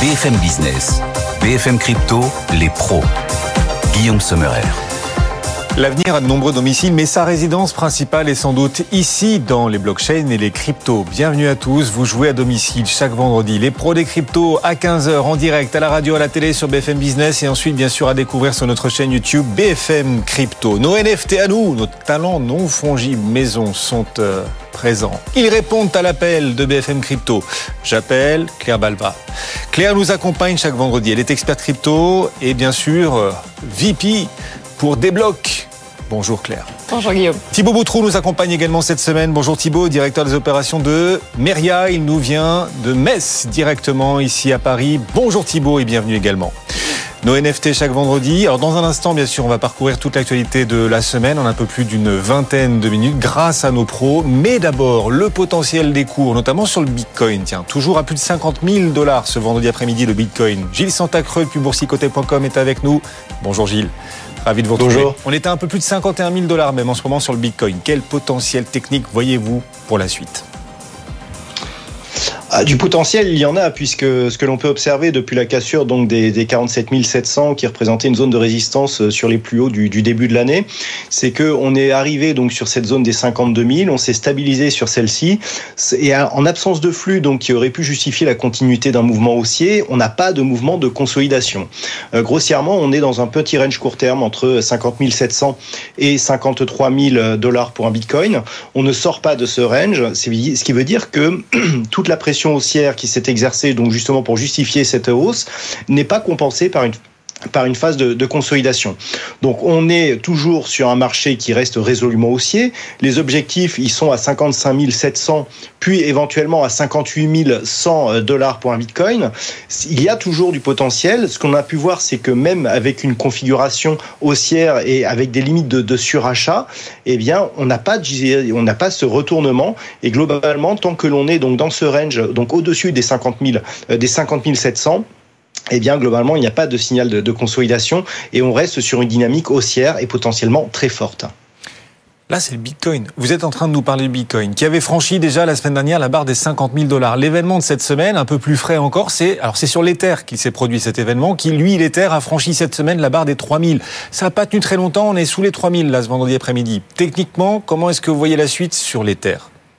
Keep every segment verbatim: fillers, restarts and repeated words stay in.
B F M Business, B F M Crypto, les pros. Guillaume Sommerer. L'avenir a de nombreux domiciles, mais sa résidence principale est sans doute ici, dans les blockchains et les cryptos. Bienvenue à tous, vous jouez à domicile chaque vendredi. Les pros des cryptos à quinze heures en direct, à la radio, à la télé, sur B F M Business et ensuite bien sûr à découvrir sur notre chaîne YouTube B F M Crypto. Nos N F T à nous, nos talents non fongibles maison sont euh, présents. Ils répondent à l'appel de B F M Crypto. J'appelle Claire Balva. Claire nous accompagne chaque vendredi. Elle est experte crypto et bien sûr euh, V P pour Débloc. Bonjour Claire. Bonjour Guillaume. Thibaut Boutroux nous accompagne également cette semaine. Bonjour Thibaut, directeur des opérations de Meria. Il nous vient de Metz directement ici à Paris. Bonjour Thibaut et bienvenue également. Nos N F T chaque vendredi. Alors dans un instant, bien sûr, on va parcourir toute l'actualité de la semaine en un peu plus d'une vingtaine de minutes grâce à nos pros. Mais d'abord, le potentiel des cours, notamment sur le Bitcoin. Tiens, toujours à plus de cinquante mille dollars ce vendredi après-midi le Bitcoin. Gilles Santacreux depuis boursicoté point com est avec nous. Bonjour Gilles. Ravi de vous retrouver. Bonjour. On était à un peu plus de cinquante et un mille dollars même en ce moment sur le Bitcoin. Quel potentiel technique voyez-vous pour la suite ? Ah, du potentiel, il y en a, puisque ce que l'on peut observer depuis la cassure donc des, des quarante-sept mille sept cents qui représentait une zone de résistance sur les plus hauts du, du début de l'année, c'est que on est arrivé donc sur cette zone des cinquante-deux mille, on s'est stabilisé sur celle-ci, et en absence de flux donc qui aurait pu justifier la continuité d'un mouvement haussier, on n'a pas de mouvement de consolidation. Euh, grossièrement, on est dans un petit range court terme entre cinquante mille sept cents et cinquante-trois mille dollars pour un Bitcoin. On ne sort pas de ce range, c'est ce qui veut dire que toute la pression haussière qui s'est exercée donc justement pour justifier cette hausse n'est pas compensée par une par une phase de, de consolidation. Donc on est toujours sur un marché qui reste résolument haussier. Les objectifs, ils sont à cinquante-cinq mille sept cents, puis éventuellement à cinquante-huit mille cent dollars pour un Bitcoin. Il y a toujours du potentiel. Ce qu'on a pu voir, c'est que même avec une configuration haussière et avec des limites de, de surachat, eh bien, on n'a pas de, on n'a pas ce retournement. Et globalement, tant que l'on est donc dans ce range, donc au-dessus des cinquante mille, des cinquante mille sept cents, eh bien, globalement, il n'y a pas de signal de, de consolidation et on reste sur une dynamique haussière et potentiellement très forte. Là, c'est le Bitcoin. Vous êtes en train de nous parler du Bitcoin, qui avait franchi déjà la semaine dernière la barre des cinquante mille dollars. L'événement de cette semaine, un peu plus frais encore, c'est, alors c'est sur l'Ether qu'il s'est produit cet événement, qui, lui, l'Ether a franchi cette semaine la barre des trois mille. Ça n'a pas tenu très longtemps, on est sous les trois mille là, ce vendredi après-midi. Techniquement, comment est-ce que vous voyez la suite sur l'Ether ?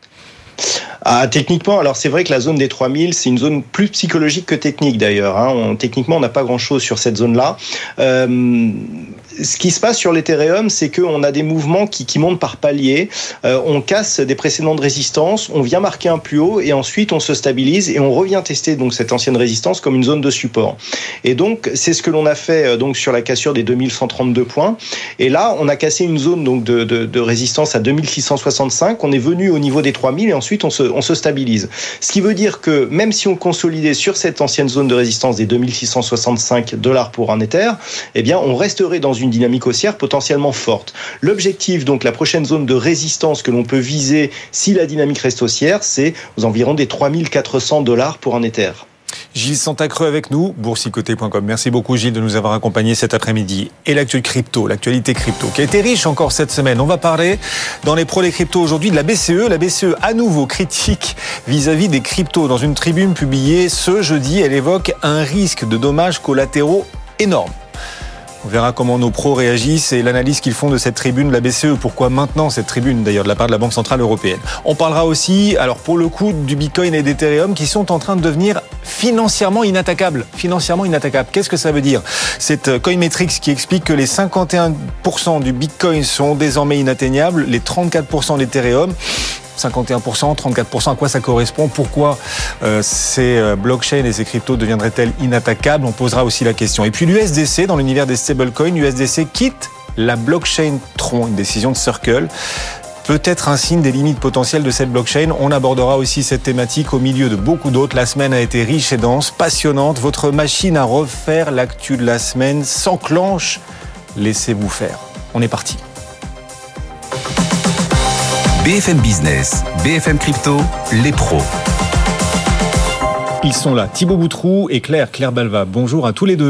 Ah, techniquement, alors c'est vrai que la zone des trois mille, c'est une zone plus psychologique que technique d'ailleurs. Hein. On, techniquement, on n'a pas grand-chose sur cette zone-là. Euh, ce qui se passe sur l'Ethereum, c'est qu'on a des mouvements qui, qui montent par paliers. Euh, on casse des précédentes résistances, on vient marquer un plus haut et ensuite on se stabilise et on revient tester donc cette ancienne résistance comme une zone de support. Et donc c'est ce que l'on a fait donc sur la cassure des deux mille cent trente-deux points. Et là, on a cassé une zone donc de, de, de résistance à deux mille six cent soixante-cinq. On est venu au niveau des trois mille et ensuite on se on se stabilise. Ce qui veut dire que même si on consolidait sur cette ancienne zone de résistance des deux mille six cent soixante-cinq dollars pour un Ether, eh bien, on resterait dans une dynamique haussière potentiellement forte. L'objectif, donc, la prochaine zone de résistance que l'on peut viser si la dynamique reste haussière, c'est aux environs des trois mille quatre cents dollars pour un Ether. Gilles Santacreux avec nous, boursicoté point com. Merci beaucoup Gilles de nous avoir accompagnés cet après-midi. Et l'actualité crypto, l'actualité crypto, qui a été riche encore cette semaine. On va parler dans les pros des cryptos aujourd'hui de la B C E. La B C E à nouveau critique vis-à-vis des cryptos. Dans une tribune publiée ce jeudi, elle évoque un risque de dommages collatéraux énorme. On verra comment nos pros réagissent et l'analyse qu'ils font de cette tribune de la B C E. Pourquoi maintenant cette tribune, d'ailleurs, de la part de la Banque Centrale Européenne. On parlera aussi, alors pour le coup, du Bitcoin et d'Ethereum qui sont en train de devenir financièrement inattaquables. Financièrement inattaquables. Qu'est-ce que ça veut dire ? C'est Coinmetrics qui explique que les cinquante et un pour cent du Bitcoin sont désormais inatteignables, les trente-quatre pour cent d'Ethereum. cinquante et un pour cent, trente-quatre pour cent, à quoi ça correspond ? Pourquoi euh, ces euh, blockchains et ces cryptos deviendraient-elles inattaquables ? On posera aussi la question. Et puis l'U S D C, dans l'univers des stablecoins, l'U S D C quitte la blockchain Tron, une décision de Circle. Peut-être un signe des limites potentielles de cette blockchain. On abordera aussi cette thématique au milieu de beaucoup d'autres. La semaine a été riche et dense, passionnante. Votre machine à refaire l'actu de la semaine s'enclenche. Laissez-vous faire. On est parti. B F M Business, B F M Crypto, les pros. Ils sont là, Thibaut Boutroux et Claire, Claire Balva. Bonjour à tous les deux.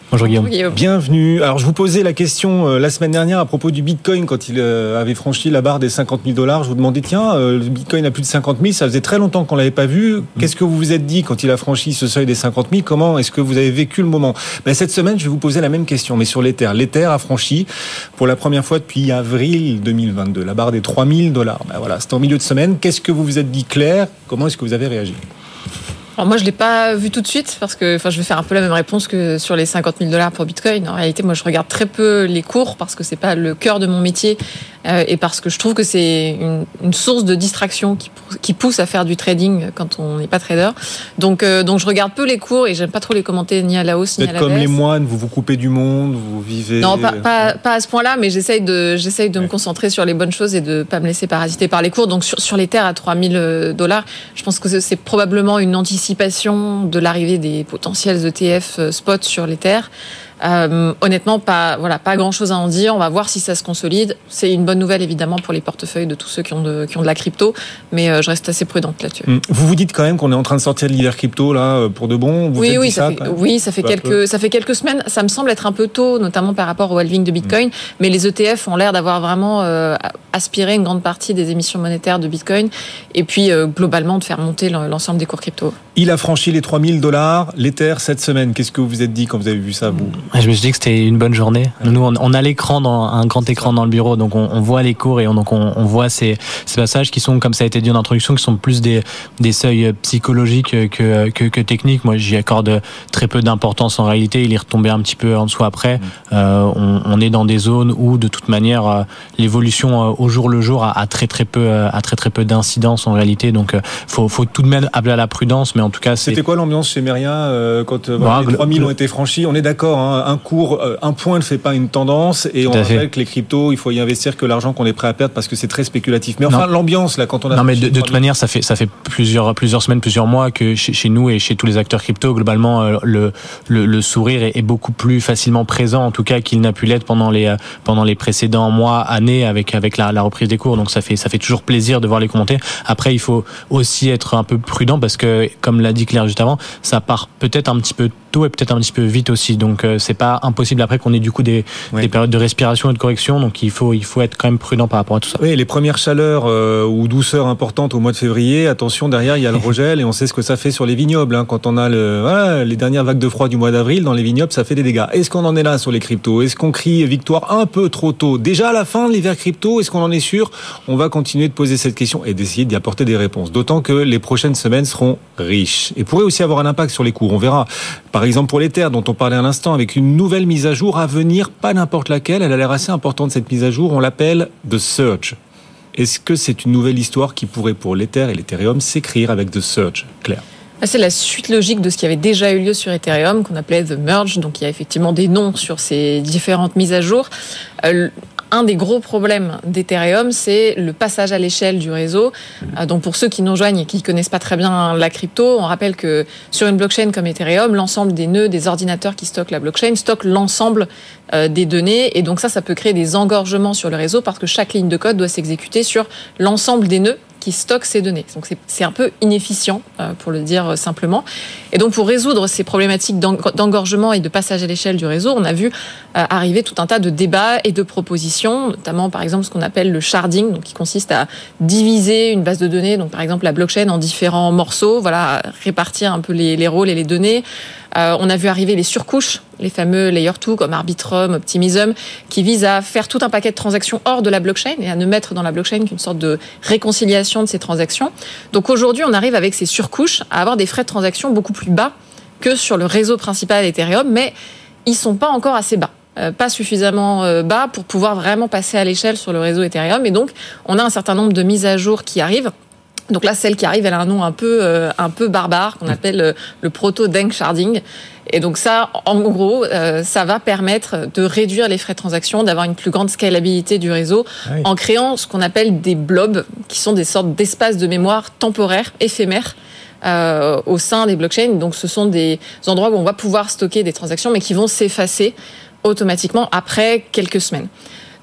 Bonjour Guillaume. Bienvenue. Alors je vous posais la question euh, la semaine dernière à propos du Bitcoin quand il euh, avait franchi la barre des cinquante mille dollars. Je vous demandais tiens, euh, le Bitcoin a plus de cinquante mille, ça faisait très longtemps qu'on l'avait pas vu. Qu'est-ce que vous vous êtes dit quand il a franchi ce seuil des cinquante mille? Comment est-ce que vous avez vécu le moment? Ben, cette semaine, je vais vous poser la même question, mais sur l'Ether. L'Ether a franchi pour la première fois depuis avril deux mille vingt-deux la barre des trois mille dollars. Ben voilà, c'était en milieu de semaine. Qu'est-ce que vous vous êtes dit, Claire? Comment est-ce que vous avez réagi? Alors moi, je l'ai pas vu tout de suite parce que, enfin, je vais faire un peu la même réponse que sur les cinquante mille dollars pour Bitcoin. En réalité, moi, je regarde très peu les cours parce que c'est pas le cœur de mon métier euh, et parce que je trouve que c'est une, une source de distraction qui, qui pousse à faire du trading quand on n'est pas trader. Donc, euh, donc, je regarde peu les cours et j'aime pas trop les commenter ni à la hausse ni à la baisse. Vous êtes comme les moines, vous vous coupez du monde, vous vivez. Non, pas, pas, pas à ce point-là, mais j'essaye de, j'essaye de ouais. me concentrer sur les bonnes choses et de pas me laisser parasiter par les cours. Donc, sur, sur les terres à trois mille dollars, je pense que c'est probablement une anticipation de l'arrivée des potentiels E T F spot sur les terres. Euh, honnêtement, pas, voilà, pas grand chose à en dire. On va voir si ça se consolide. C'est une bonne nouvelle, évidemment, pour les portefeuilles de tous ceux qui ont de, qui ont de la crypto, mais euh, je reste assez prudente là-dessus. Vous vous dites quand même qu'on est en train de sortir de l'hiver crypto, là, pour de bon? Vous oui, oui, ça, ça fait, oui, ça fait quelques, ça fait quelques semaines. Ça me semble être un peu tôt, notamment par rapport au halving de Bitcoin, mmh. mais les E T F ont l'air d'avoir vraiment euh, aspiré une grande partie des émissions monétaires de Bitcoin, et puis euh, globalement de faire monter l'ensemble des cours crypto. Il a franchi les trois mille dollars, l'Ether, cette semaine. Qu'est-ce que vous vous êtes dit quand vous avez vu ça, vous? Je me suis dit que c'était une bonne journée. Nous, on, on a l'écran, dans un grand écran dans le bureau, donc on, on voit les cours et on, donc on, on voit ces, ces passages qui sont, comme ça a été dit en introduction, qui sont plus des, des seuils psychologiques que, que, que techniques. Moi, j'y accorde très peu d'importance en réalité. Il est retombé un petit peu en dessous après. Euh, on, on est dans des zones où, de toute manière, l'évolution au jour le jour a, a très très peu, a très très peu d'incidence en réalité. Donc, faut, faut tout de même appeler à la prudence, mais en tout cas, c'est... C'était quoi l'ambiance chez Meria euh, quand euh, bah, les trois mille ont été franchis? On est d'accord, hein, un cours, euh, un point ne fait pas une tendance, et on rappelle que les cryptos, il faut y investir que l'argent qu'on est prêt à perdre parce que c'est très spéculatif. Mais enfin, non. l'ambiance là, quand on a... Non, mais de, de toute manière, ça fait ça fait plusieurs plusieurs semaines, plusieurs mois que chez, chez nous et chez tous les acteurs crypto, globalement, euh, le, le le sourire est, est beaucoup plus facilement présent, en tout cas, qu'il n'a pu l'être pendant les pendant les précédents mois, années, avec avec la, la reprise des cours. Donc ça fait ça fait toujours plaisir de voir les commenter. Après, il faut aussi être un peu prudent parce que, comme l'a dit Claire juste avant, ça part peut-être un petit peu tôt et peut-être un petit peu vite aussi. Donc euh, c'est pas impossible après qu'on ait du coup des, oui. des périodes de respiration et de correction. Donc il faut il faut être quand même prudent par rapport à tout ça. Oui, les premières chaleurs euh, ou douceurs importantes au mois de février. Attention, derrière il y a le rogel et on sait ce que ça fait sur les vignobles. Hein. Quand on a le voilà, les dernières vagues de froid du mois d'avril dans les vignobles, ça fait des dégâts. Est-ce qu'on en est là sur les cryptos? Est-ce qu'on crie victoire un peu trop tôt? Déjà à la fin de l'hiver crypto, est-ce qu'on en est sûr? On va continuer de poser cette question et d'essayer d'y apporter des réponses. D'autant que les prochaines semaines seront riches et pourraient aussi avoir un impact sur les cours. On verra. Par exemple pour l'Ether dont on parlait à l'instant, avec une nouvelle mise à jour à venir, pas n'importe laquelle. Elle a l'air assez importante cette mise à jour. On l'appelle The Surge. Est-ce que c'est une nouvelle histoire qui pourrait pour l'Ether et l'Ethereum s'écrire avec The Surge, Claire? C'est la suite logique de ce qui avait déjà eu lieu sur Ethereum, qu'on appelait The Merge. Donc, il y a effectivement des noms sur ces différentes mises à jour. Euh, un des gros problèmes d'Ethereum, c'est le passage à l'échelle du réseau. Euh, donc, pour ceux qui nous rejoignent et qui ne connaissent pas très bien la crypto, on rappelle que sur une blockchain comme Ethereum, l'ensemble des nœuds, des ordinateurs qui stockent la blockchain, stockent l'ensemble euh, des données. Et donc, ça, ça peut créer des engorgements sur le réseau parce que chaque ligne de code doit s'exécuter sur l'ensemble des nœuds qui stockent ces données. Donc c'est, c'est un peu inefficient, euh, pour le dire simplement. Et donc pour résoudre ces problématiques d'engorgement et de passage à l'échelle du réseau, on a vu euh, arriver tout un tas de débats et de propositions, notamment par exemple ce qu'on appelle le sharding, donc qui consiste à diviser une base de données, donc par exemple la blockchain, en différents morceaux, voilà, répartir un peu les, les rôles et les données. Euh, on a vu arriver les surcouches, les fameux layer deux comme Arbitrum, Optimism, qui visent à faire tout un paquet de transactions hors de la blockchain et à ne mettre dans la blockchain qu'une sorte de réconciliation de ces transactions. Donc aujourd'hui, on arrive avec ces surcouches à avoir des frais de transaction beaucoup plus bas que sur le réseau principal Ethereum, mais ils sont pas encore assez bas. Euh, pas suffisamment euh, bas pour pouvoir vraiment passer à l'échelle sur le réseau Ethereum. Et donc, on a un certain nombre de mises à jour qui arrivent. Donc là, celle qui arrive, elle a un nom un peu, euh, un peu barbare, qu'on appelle euh, le proto-dank sharding. Et donc ça, en gros, euh, ça va permettre de réduire les frais de transaction, d'avoir une plus grande scalabilité du réseau, ah oui. en créant ce qu'on appelle des blobs, qui sont des sortes d'espaces de mémoire temporaires, éphémères, euh, au sein des blockchains. Donc ce sont des endroits où on va pouvoir stocker des transactions, mais qui vont s'effacer automatiquement après quelques semaines.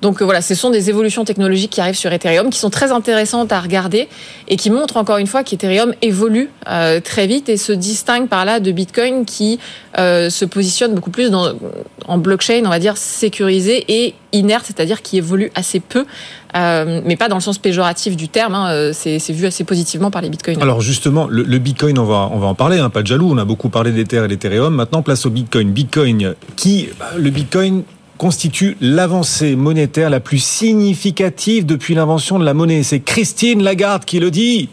Donc euh, voilà, ce sont des évolutions technologiques qui arrivent sur Ethereum, qui sont très intéressantes à regarder et qui montrent encore une fois qu'Ethereum évolue euh, très vite et se distingue par là de Bitcoin qui euh, se positionne beaucoup plus dans, en blockchain, on va dire, sécurisé et inerte, c'est-à-dire qui évolue assez peu, euh, mais pas dans le sens péjoratif du terme, hein, c'est, c'est vu assez positivement par les bitcoiners. Alors justement, le, le Bitcoin, on va, on va en parler, hein, pas de jaloux, on a beaucoup parlé d'Ether et d'Ethereum, maintenant place au Bitcoin. Bitcoin, qui, le Bitcoin constitue l'avancée monétaire la plus significative depuis l'invention de la monnaie. C'est Christine Lagarde qui le dit.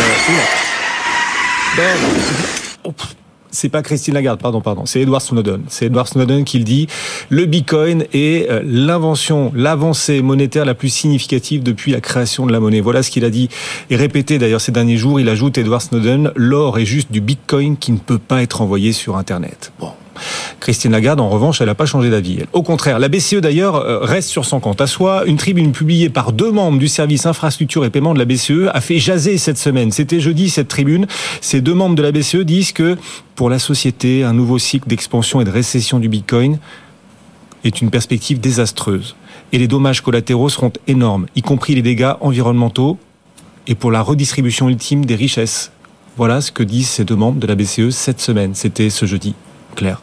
Euh, oh, c'est pas Christine Lagarde, pardon, pardon. C'est Edward Snowden. C'est Edward Snowden qui le dit. Le Bitcoin est l'invention, l'avancée monétaire la plus significative depuis la création de la monnaie. Voilà ce qu'il a dit et répété d'ailleurs ces derniers jours. Il ajoute, Edward Snowden, l'or est juste du Bitcoin qui ne peut pas être envoyé sur Internet. Bon. Christine Lagarde, en revanche, elle n'a pas changé d'avis. Au contraire, la B C E d'ailleurs reste sur son compte à soi. Une tribune publiée par deux membres du service infrastructure et paiement de la B C E a fait jaser cette semaine. C'était jeudi cette tribune. Ces deux membres de la B C E disent que pour la société, un nouveau cycle d'expansion et de récession du Bitcoin est une perspective désastreuse. Et les dommages collatéraux seront énormes, y compris les dégâts environnementaux et pour la redistribution ultime des richesses. Voilà ce que disent ces deux membres de la B C E cette semaine. C'était ce jeudi. Claire.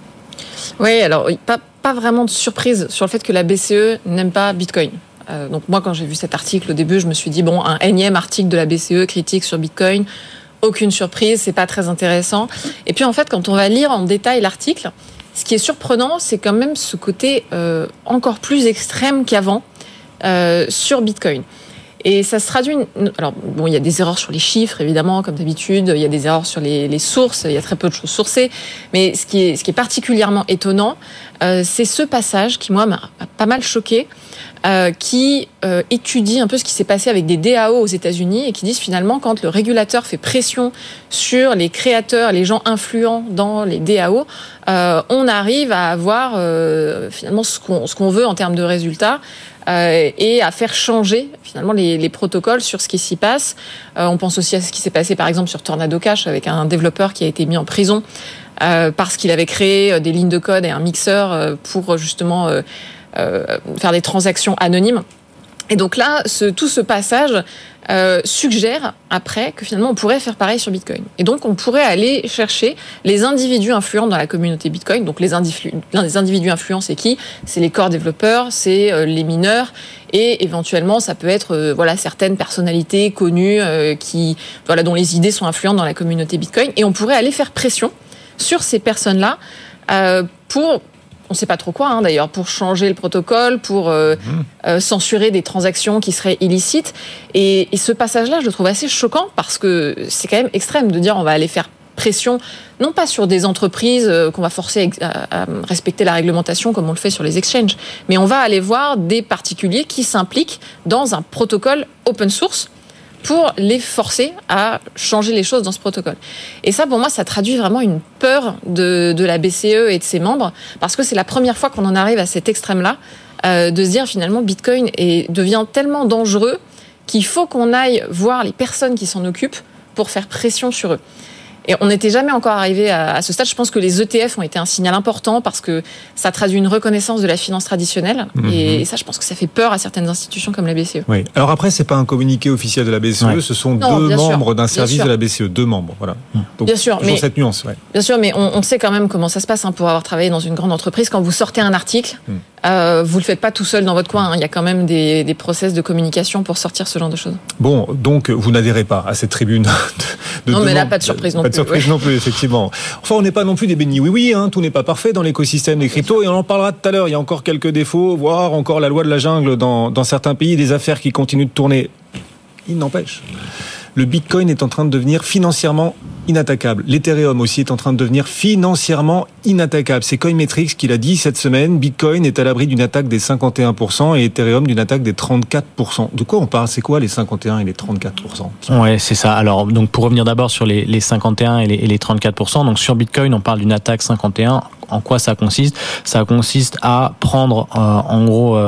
Oui, alors pas, pas vraiment de surprise sur le fait que la B C E n'aime pas Bitcoin. Euh, donc moi, quand j'ai vu cet article au début, je me suis dit, bon, un énième article de la B C E critique sur Bitcoin, aucune surprise, c'est pas très intéressant. Et puis en fait, quand on va lire en détail l'article, ce qui est surprenant, c'est quand même ce côté euh, encore plus extrême qu'avant euh, sur Bitcoin. Et ça se traduit... Alors, bon, il y a des erreurs sur les chiffres, évidemment, comme d'habitude. Il y a des erreurs sur les, les sources. Il y a très peu de choses sourcées. Mais ce qui est, ce qui est particulièrement étonnant, euh, c'est ce passage qui, moi, m'a pas mal choqué, euh, qui euh, étudie un peu ce qui s'est passé avec des D A O aux États-Unis et qui disent, finalement, quand le régulateur fait pression sur les créateurs, les gens influents dans les D A O, euh, on arrive à avoir, euh, finalement, ce qu'on, ce qu'on veut en termes de résultats. Euh, et à faire changer finalement les, les protocoles sur ce qui s'y passe. Euh, on pense aussi à ce qui s'est passé par exemple sur Tornado Cash avec un développeur qui a été mis en prison euh, parce qu'il avait créé des lignes de code et un mixeur euh, pour justement euh, euh, faire des transactions anonymes. Et donc là, ce, tout ce passage euh, suggère après que finalement on pourrait faire pareil sur Bitcoin. Et donc on pourrait aller chercher les individus influents dans la communauté Bitcoin. Donc les, individu, les individus influents, c'est qui ? C'est les core développeurs, c'est euh, les mineurs, et éventuellement ça peut être euh, voilà certaines personnalités connues euh, qui voilà dont les idées sont influentes dans la communauté Bitcoin. Et on pourrait aller faire pression sur ces personnes-là euh, pour on ne sait pas trop quoi, hein, d'ailleurs, pour changer le protocole, pour euh, mmh. euh, censurer des transactions qui seraient illicites. Et, et ce passage-là, je le trouve assez choquant parce que c'est quand même extrême de dire on va aller faire pression, non pas sur des entreprises euh, qu'on va forcer à, à respecter la réglementation comme on le fait sur les exchanges, mais on va aller voir des particuliers qui s'impliquent dans un protocole open source pour les forcer à changer les choses dans ce protocole. Et ça, pour moi, ça traduit vraiment une peur de, de la B C E et de ses membres, parce que c'est la première fois qu'on en arrive à cet extrême-là, euh, de se dire finalement Bitcoin est, devient tellement dangereux qu'il faut qu'on aille voir les personnes qui s'en occupent pour faire pression sur eux. Et on n'était jamais encore arrivé à, à ce stade. Je pense que les E T F ont été un signal important parce que ça traduit une reconnaissance de la finance traditionnelle. Mmh. Et ça, je pense que ça fait peur à certaines institutions comme la B C E. Oui. Alors après, c'est pas un communiqué officiel de la B C E, ouais. Ce sont non, deux membres sûr, d'un service de la B C E, deux membres. Voilà. Donc, bien sûr, mais cette nuance. Ouais. Bien sûr, mais on, on sait quand même comment ça se passe hein, pour avoir travaillé dans une grande entreprise. Quand vous sortez un article, mmh. euh, vous le faites pas tout seul dans votre coin. Hein. Il y a quand même des, des process de communication pour sortir ce genre de choses. Bon, donc vous n'adhérez pas à cette tribune de, de non, mais là, membres, pas de surprise non pas plus. De surprise ouais. non plus, effectivement. Enfin, on n'est pas non plus des bénis oui-oui, hein, tout n'est pas parfait dans l'écosystème des cryptos, et on en parlera tout à l'heure. Il y a encore quelques défauts, voire encore la loi de la jungle dans, dans certains pays, des affaires qui continuent de tourner. Il n'empêche, le Bitcoin est en train de devenir financièrement inattaquable. L'Ethereum aussi est en train de devenir financièrement inattaquable. C'est Coinmetrics qui l'a dit cette semaine. Bitcoin est à l'abri d'une attaque des cinquante et un pour cent et Ethereum d'une attaque des trente-quatre pour cent. De quoi on parle ? C'est quoi les cinquante et un et les trente-quatre pour cent ? Ouais, c'est ça. Alors, donc pour revenir d'abord sur les, les cinquante et un et les, et les trente-quatre pour cent, donc sur Bitcoin, on parle d'une attaque cinquante et un. En quoi ça consiste ? Ça consiste à prendre, euh, en gros, euh,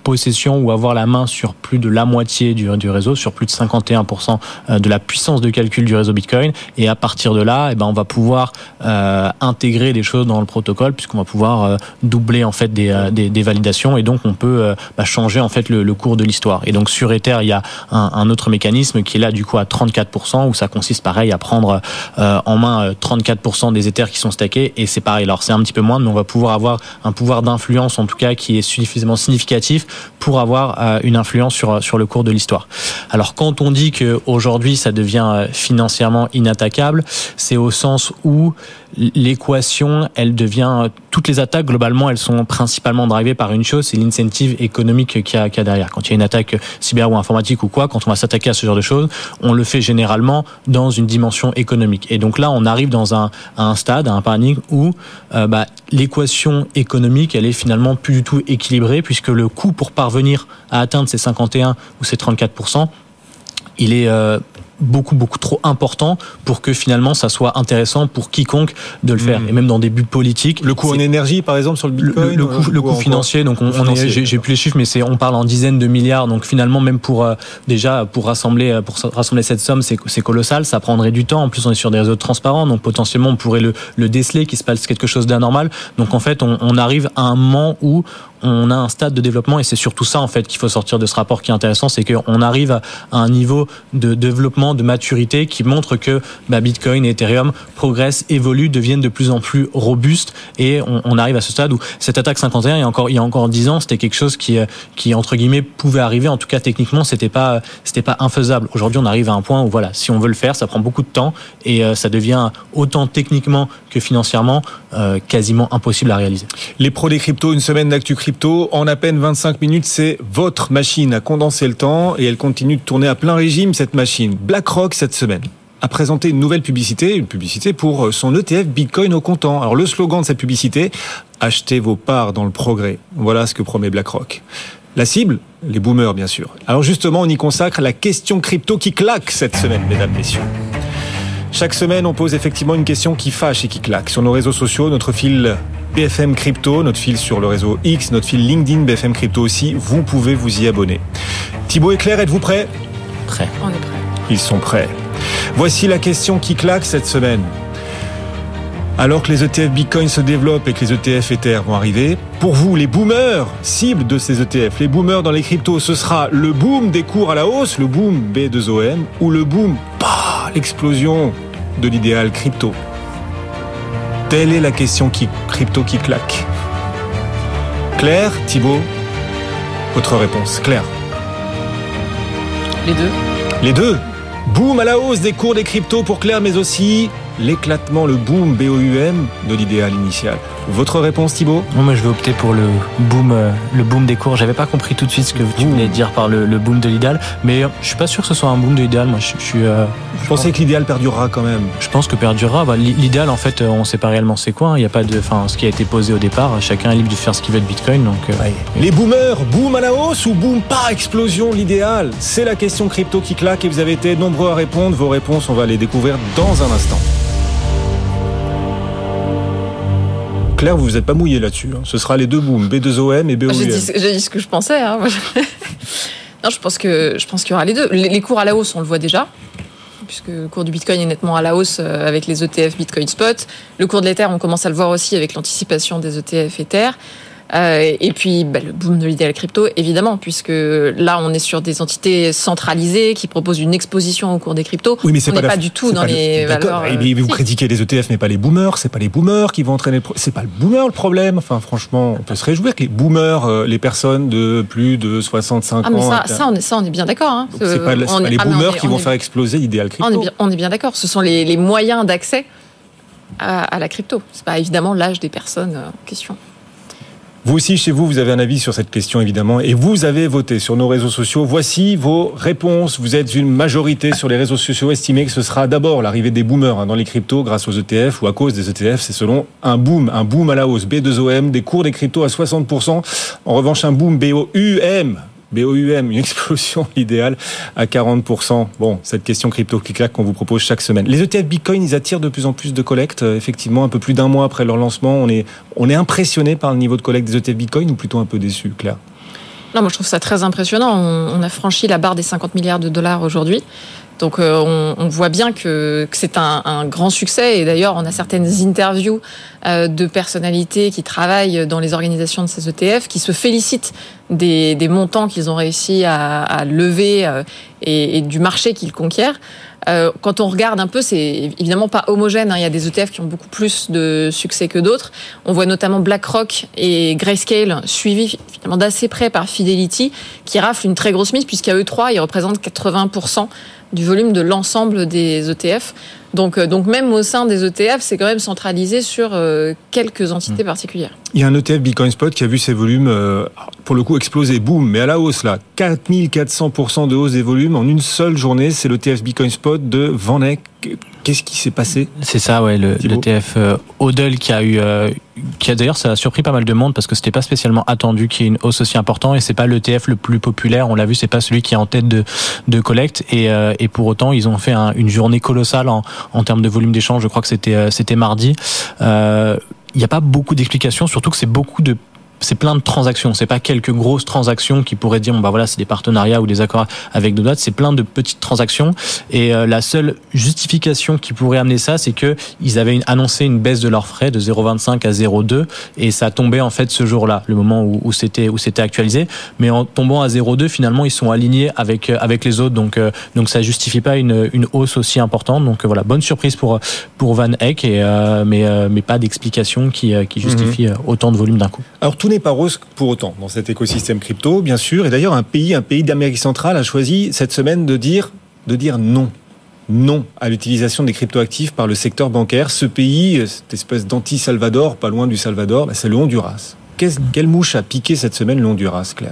possession ou avoir la main sur plus de la moitié du, du réseau, sur plus de cinquante et un pour cent de la puissance de calcul du réseau Bitcoin. Et à partir de là, eh ben, on va pouvoir euh, intégrer des choses dans le protocole, puisqu'on va pouvoir euh, doubler en fait des, euh, des, des validations, et donc on peut euh, bah, changer en fait le, le cours de l'histoire. Et donc sur Ether, il y a un, un autre mécanisme qui est là du coup à trente-quatre pour cent, où ça consiste pareil à prendre euh, en main trente-quatre pour cent des Ethers qui sont stackés, et c'est pareil. Alors c'est un petit peu moins, mais on va pouvoir avoir un pouvoir d'influence en tout cas qui est suffisamment significatif pour avoir euh, une influence sur sur le cours de l'histoire. Alors quand on dit que aujourd'hui ça devient financièrement inattaquable, c'est au sens où l'équation, elle devient, toutes les attaques globalement, elles sont principalement drivées par une chose, c'est l'incentive économique qu'il y a, qu'il y a derrière. Quand il y a une attaque cyber ou informatique ou quoi, quand on va s'attaquer à ce genre de choses, on le fait généralement dans une dimension économique. Et donc là, on arrive dans un, à un stade, à un paradigme où euh, bah, l'équation économique, elle est finalement plus du tout équilibrée, puisque le coût pour parvenir à atteindre ces cinquante et un ou ces trente-quatre pour cent, il est euh, beaucoup beaucoup trop important pour que finalement ça soit intéressant pour quiconque de le faire. Mmh. Et même dans des buts politiques, le coût en énergie par exemple sur le Bitcoin, le, le coût, le coût financier, donc on, on est, j'ai, j'ai plus les chiffres, mais c'est, on parle en dizaines de milliards, donc finalement même pour euh, déjà pour rassembler pour rassembler cette somme, c'est, c'est colossal, ça prendrait du temps. En plus on est sur des réseaux transparents, donc potentiellement on pourrait le, le déceler qu'il se passe quelque chose d'anormal. Donc en fait on, on arrive à un moment où on a un stade de développement, et c'est surtout ça en fait qu'il faut sortir de ce rapport qui est intéressant, c'est qu'on arrive à un niveau de développement, de maturité qui montre que bah, Bitcoin et Ethereum progressent, évoluent, deviennent de plus en plus robustes, et on, on arrive à ce stade où cette attaque cinquante et un, il y a encore, il y a encore dix ans, c'était quelque chose qui, qui entre guillemets pouvait arriver, en tout cas techniquement c'était pas, c'était pas infaisable. Aujourd'hui on arrive à un point où voilà, si on veut le faire, ça prend beaucoup de temps, et euh, ça devient autant techniquement que financièrement euh, quasiment impossible à réaliser. Les pros des cryptos, une semaine d'actu crypto. En à peine vingt-cinq minutes, c'est votre machine à condenser le temps, et elle continue de tourner à plein régime, cette machine. BlackRock, cette semaine, a présenté une nouvelle publicité, une publicité pour son E T F Bitcoin au comptant. Alors le slogan de cette publicité, achetez vos parts dans le progrès. Voilà ce que promet BlackRock. La cible, les boomers bien sûr. Alors justement, on y consacre la question crypto qui claque cette semaine, mesdames, messieurs. Chaque semaine, on pose effectivement une question qui fâche et qui claque. Sur nos réseaux sociaux, notre fil B F M Crypto, notre fil sur le réseau X, notre fil LinkedIn B F M Crypto aussi, vous pouvez vous y abonner. Thibaut et Claire, êtes-vous prêts ? Prêts. On est prêts. Ils sont prêts. Voici la question qui claque cette semaine. Alors que les E T F Bitcoin se développent et que les E T F Ether vont arriver, pour vous, les boomers, cibles de ces E T F, les boomers dans les cryptos, ce sera le boom des cours à la hausse, le boom B deux O M, ou le boom, bah, l'explosion de l'idéal crypto. Telle est la question qui, crypto qui claque. Claire, Thibaut, votre réponse. Claire. Les deux. Les deux. Boom à la hausse des cours des cryptos pour Claire, mais aussi l'éclatement, le boom B O U M de l'idéal initial. Votre réponse, Thibaut ? Moi, je vais opter pour le boom, euh, le boom des cours. J'avais pas compris tout de suite ce que tu voulais dire par le, le boom de l'idéal, mais euh, je suis pas sûr que ce soit un boom de l'idéal. Moi, je, je suis. Euh, je pensais que l'idéal perdurera quand même. Je pense que perdurera. Bah, l'idéal, en fait, on sait pas réellement c'est quoi. Il y a pas de, enfin, ce qui a été posé au départ. Chacun est libre de faire ce qu'il veut de Bitcoin. Donc, euh, ouais. Les boomers, boom à la hausse ou boom par explosion l'idéal ? C'est la question crypto qui claque, et vous avez été nombreux à répondre. Vos réponses, on va les découvrir dans un instant. Claire, vous vous êtes pas mouillé là-dessus. Hein. Ce sera les deux booms, B deux O M et B O U M. J'ai dit, j'ai dit ce que je pensais. Hein. Non, je pense que je pense qu'il y aura les deux. Les, les cours à la hausse, on le voit déjà, puisque le cours du Bitcoin est nettement à la hausse avec les E T F Bitcoin Spot. Le cours de l'Ether, on commence à le voir aussi avec l'anticipation des E T F Ether. Euh, et puis bah, le boom de l'idéal crypto, évidemment, puisque là on est sur des entités centralisées qui proposent une exposition au cours des cryptos. Oui, mais c'est on pas n'est la... pas du tout dans pas les le... valeurs. Euh... Et vous si. critiquez les E T F, mais pas les boomers. C'est pas les boomers qui vont entraîner. Le pro... C'est pas le boomer le problème. Enfin, franchement, on peut se réjouir que les boomers, euh, les personnes de plus de soixante-cinq ah, mais ans. ça, ça, on est, ça, on est bien d'accord. Hein. Donc, c'est pas, c'est pas est... les boomers ah, est, qui vont est... faire exploser l'idéal crypto. On est bien, on est bien d'accord. Ce sont les, les moyens d'accès à, à la crypto. C'est pas évidemment l'âge des personnes en question. Vous aussi, chez vous, vous avez un avis sur cette question, évidemment, et vous avez voté sur nos réseaux sociaux. Voici vos réponses. Vous êtes une majorité sur les réseaux sociaux. Estimez que ce sera d'abord l'arrivée des boomers hein, dans les cryptos grâce aux E T F ou à cause des E T F. C'est selon un boom, un boom à la hausse. B deux O M, des cours des cryptos à soixante pour cent. En revanche, un boom B O U M. B O U M, une explosion idéale à quarante pour cent. Bon, cette question crypto qui claque qu'on vous propose chaque semaine. Les E T F Bitcoin, ils attirent de plus en plus de collectes. Effectivement, un peu plus d'un mois après leur lancement, on est, on est impressionné par le niveau de collecte des E T F Bitcoin ou plutôt un peu déçu, Claire ? Non, moi je trouve ça très impressionnant. On, on a franchi la barre des cinquante milliards de dollars aujourd'hui. Donc euh, on, on voit bien que, que c'est un, un grand succès. Et d'ailleurs, on a certaines interviews euh, de personnalités qui travaillent dans les organisations de ces E T F qui se félicitent des, des montants qu'ils ont réussi à, à lever euh, et, et du marché qu'ils conquièrent. Euh, quand on regarde un peu, c'est évidemment pas homogène, hein. Il y a des E T F qui ont beaucoup plus de succès que d'autres. On voit notamment BlackRock et Grayscale suivis finalement d'assez près par Fidelity, qui raflent une très grosse mise, puisqu'à eux trois, ils représentent quatre-vingts pour cent du volume de l'ensemble des E T F. Donc, donc même au sein des E T F, c'est quand même centralisé sur euh, quelques entités mmh. particulières. Il y a un E T F Bitcoin Spot qui a vu ses volumes, euh, pour le coup, exploser, boum, mais à la hausse là. quatre mille quatre cents pour cent de hausse des volumes en une seule journée. C'est l'E T F Bitcoin Spot de Van Eck. Qu'est-ce qui s'est passé ? C'est ça, ouais, le, l'E T F euh, Hodl qui a eu, euh, qui a d'ailleurs, ça a surpris pas mal de monde parce que c'était pas spécialement attendu qu'il y ait une hausse aussi importante et c'est pas l'E T F le plus populaire. On l'a vu, c'est pas celui qui est en tête de, de collecte et, euh, et pour autant, ils ont fait un, une journée colossale en, en termes de volume d'échange. Je crois que c'était, euh, c'était mardi. Euh, il n'y a pas beaucoup d'explications, surtout que c'est beaucoup de c'est plein de transactions, c'est pas quelques grosses transactions qui pourraient dire bon bah voilà c'est des partenariats ou des accords avec d'autres boîtes, c'est plein de petites transactions et euh, la seule justification qui pourrait amener ça c'est que ils avaient une, annoncé une baisse de leurs frais de zéro virgule vingt-cinq à zéro virgule deux et ça tombait en fait ce jour-là, le moment où, où c'était où c'était actualisé, mais en tombant à zéro virgule deux finalement ils sont alignés avec avec les autres donc euh, donc ça justifie pas une une hausse aussi importante donc euh, voilà bonne surprise pour pour Van Eck et euh, mais euh, mais pas d'explication qui qui justifie mmh. autant de volume d'un coup. Alors tout n'est pas rose pour autant dans cet écosystème crypto, bien sûr. Et d'ailleurs, un pays, un pays d'Amérique centrale a choisi cette semaine de dire, de dire non. Non à l'utilisation des cryptoactifs par le secteur bancaire. Ce pays, cette espèce d'anti-Salvador, pas loin du Salvador, bah c'est le Honduras. Qu'est-ce, quelle mouche a piqué cette semaine le Honduras, Claire ?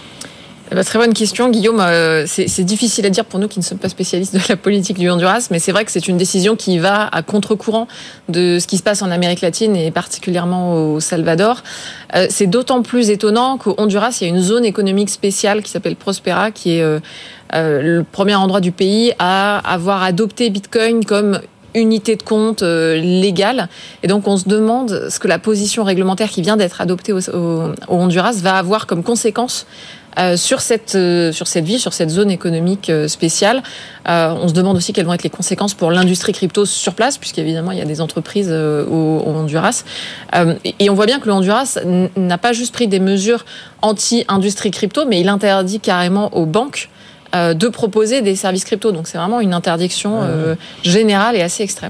Bah, très bonne question, Guillaume. Euh, c'est, c'est difficile à dire pour nous qui ne sommes pas spécialistes de la politique du Honduras, mais c'est vrai que c'est une décision qui va à contre-courant de ce qui se passe en Amérique latine et particulièrement au Salvador. Euh, c'est d'autant plus étonnant qu'au Honduras, il y a une zone économique spéciale qui s'appelle Prospera, qui est euh, euh, le premier endroit du pays à avoir adopté Bitcoin comme unité de compte euh, légale. Et donc, on se demande ce que la position réglementaire qui vient d'être adoptée au, au, au Honduras va avoir comme conséquence Euh, sur cette euh, sur cette ville, sur cette zone économique euh, spéciale. Euh, on se demande aussi quelles vont être les conséquences pour l'industrie crypto sur place, puisqu'évidemment il y a des entreprises euh, au, au Honduras. Euh, et, et on voit bien que le Honduras n- n'a pas juste pris des mesures anti-industrie crypto, mais il interdit carrément aux banques euh, de proposer des services crypto. Donc c'est vraiment une interdiction euh, générale et assez extrême.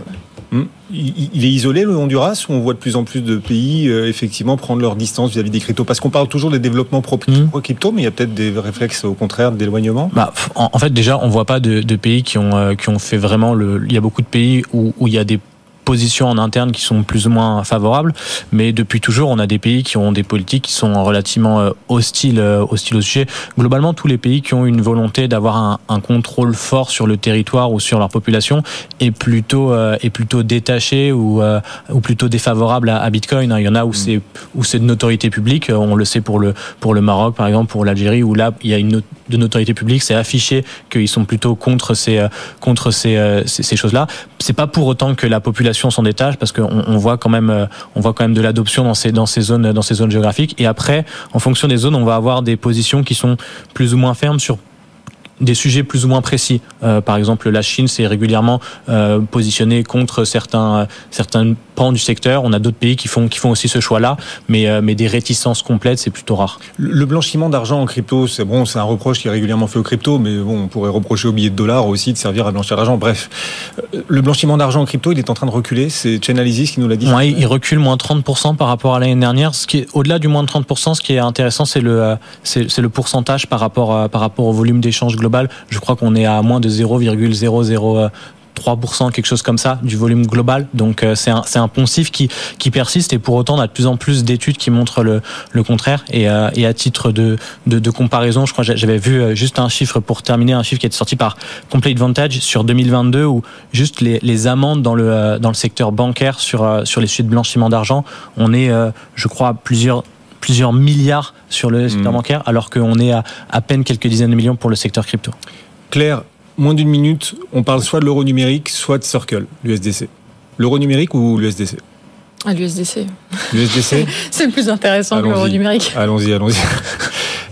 Il est isolé le Honduras ou on voit de plus en plus de pays euh, effectivement prendre leur distance vis-à-vis des cryptos parce qu'on parle toujours des développements propres mmh. crypto mais il y a peut-être des réflexes au contraire d'éloignement. Bah, en, en fait déjà on voit pas de, de pays qui ont euh, qui ont fait vraiment le. Il y a beaucoup de pays où, où il y a des positions en interne qui sont plus ou moins favorables, mais depuis toujours, on a des pays qui ont des politiques qui sont relativement hostiles, hostiles au sujet. Globalement, tous les pays qui ont une volonté d'avoir un, un contrôle fort sur le territoire ou sur leur population est plutôt euh, est plutôt détaché ou euh, ou plutôt défavorable à, à Bitcoin. Il y en a où mmh. c'est où c'est de notoriété publique. On le sait pour le pour le Maroc, par exemple, pour l'Algérie, où là il y a une de notoriété publique, c'est affiché qu'ils sont plutôt contre ces contre ces ces, ces choses-là. C'est pas pour autant que la population s'en détache parce qu'on on voit quand même on voit quand même de l'adoption dans ces dans ces zones dans ces zones géographiques et après en fonction des zones on va avoir des positions qui sont plus ou moins fermes sur des sujets plus ou moins précis. Euh, par exemple, la Chine s'est régulièrement euh, positionnée contre certains euh, certains pans du secteur. On a d'autres pays qui font qui font aussi ce choix-là, mais euh, mais des réticences complètes, c'est plutôt rare. Le blanchiment d'argent en crypto, c'est bon, c'est un reproche qui est régulièrement fait aux crypto, mais bon, on pourrait reprocher aux billets de dollars aussi de servir à blanchir l'argent. Bref, le blanchiment d'argent en crypto, il est en train de reculer. C'est Chainalysis qui nous l'a dit. Ouais, il recule moins trente pour cent par rapport à l'année dernière. Ce qui est au-delà du moins de trente pour cent, ce qui est intéressant, c'est le c'est, c'est le pourcentage par rapport par rapport au volume d'échange global. Je crois qu'on est à moins de zéro virgule zéro zéro trois pour cent, quelque chose comme ça, du volume global. Donc euh, c'est un c'est un poncif qui qui persiste et pour autant on a de plus en plus d'études qui montrent le le contraire. Et euh, et à titre de de de comparaison, je crois que j'avais vu juste un chiffre pour terminer, un chiffre qui était sorti par Complete Vantage sur deux mille vingt-deux où juste les les amendes dans le dans le secteur bancaire sur sur les sujets de blanchiment d'argent, on est euh, je crois plusieurs plusieurs milliards sur le secteur mmh. bancaire, alors qu'on est à à peine quelques dizaines de millions pour le secteur crypto. Claire, moins d'une minute, on parle soit de l'euro numérique, soit de Circle, l'U S D C. L'euro numérique ou l'U S D C ? Ah, l'U S D C. L'U S D C ? C'est le plus intéressant allons-y. que l'euro numérique. Allons-y, allons-y.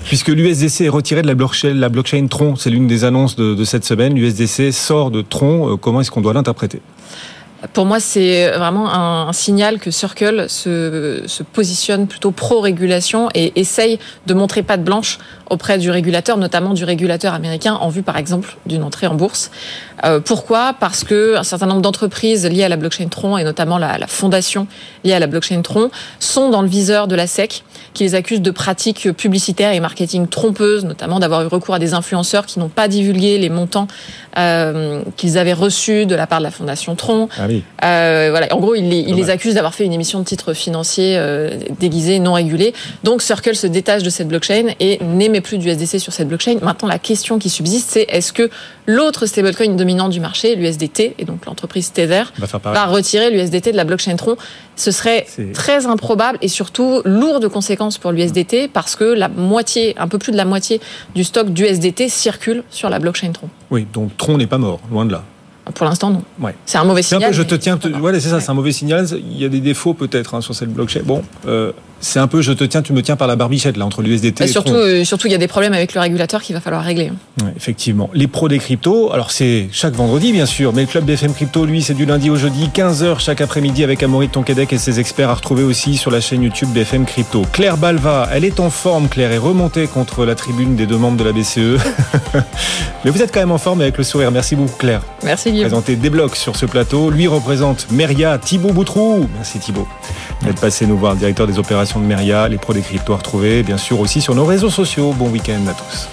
Puisque l'U S D C est retiré de la blockchain, la blockchain Tron, c'est l'une des annonces de, de cette semaine. L'U S D C sort de Tron. Comment est-ce qu'on doit l'interpréter ? Pour moi, c'est vraiment un, un signal que Circle se, se positionne plutôt pro-régulation et essaye de montrer patte blanche auprès du régulateur, notamment du régulateur américain, en vue, par exemple, d'une entrée en bourse. Euh, pourquoi ? Parce que un certain nombre d'entreprises liées à la blockchain Tron, et notamment la, la fondation liée à la blockchain Tron, sont dans le viseur de la S E C, qui les accuse de pratiques publicitaires et marketing trompeuses, notamment d'avoir eu recours à des influenceurs qui n'ont pas divulgué les montants euh, qu'ils avaient reçus de la part de la fondation Tron. Ah oui. Euh, voilà. En gros, il les, il les accuse d'avoir fait une émission de titres financiers euh, déguisés, non régulés. Donc, Circle se détache de cette blockchain et n'émet plus d'U S D C sur cette blockchain. Maintenant, la question qui subsiste, c'est est-ce que l'autre stablecoin dominant du marché, l'U S D T, et donc l'entreprise Tether, va, va retirer l'U S D T de la blockchain Tron ? Ce serait c'est... très improbable et surtout lourd de conséquences pour l'U S D T parce que la moitié, un peu plus de la moitié du stock d'U S D T circule sur la blockchain Tron. Oui, donc Tron n'est pas mort, loin de là. Pour l'instant, non. Ouais. C'est un mauvais signal. C'est un peu, je te tiens, te... ouais, c'est ça, ouais. C'est un mauvais signal. Il y a des défauts peut-être hein, sur cette blockchain. Bon, euh, c'est un peu, je te tiens, tu me tiens par la barbichette là entre l'U S D T bah, et surtout, Tron. Euh, surtout, il y a des problèmes avec le régulateur qu'il va falloir régler. Ouais, effectivement. Les pros des cryptos, alors c'est chaque vendredi bien sûr, mais le club B F M Crypto, lui, c'est du lundi au jeudi, quinze heures chaque après-midi avec Amaury de Tonquédec et ses experts à retrouver aussi sur la chaîne YouTube B F M Crypto. Claire Balva, elle est en forme. Claire est remontée contre la tribune des deux membres de la B C E. Mais vous êtes quand même en forme avec le sourire. Merci beaucoup, Claire. Merci, Guillaume. Présenter des blocs sur ce plateau. Lui représente Meria, Thibaut Boutroux. Merci Thibaut d'être passé nous voir, le directeur des opérations de Meria, les pros des cryptos à retrouver, bien sûr aussi sur nos réseaux sociaux. Bon week-end à tous.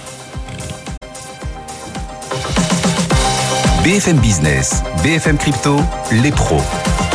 B F M Business, B F M Crypto, les pros.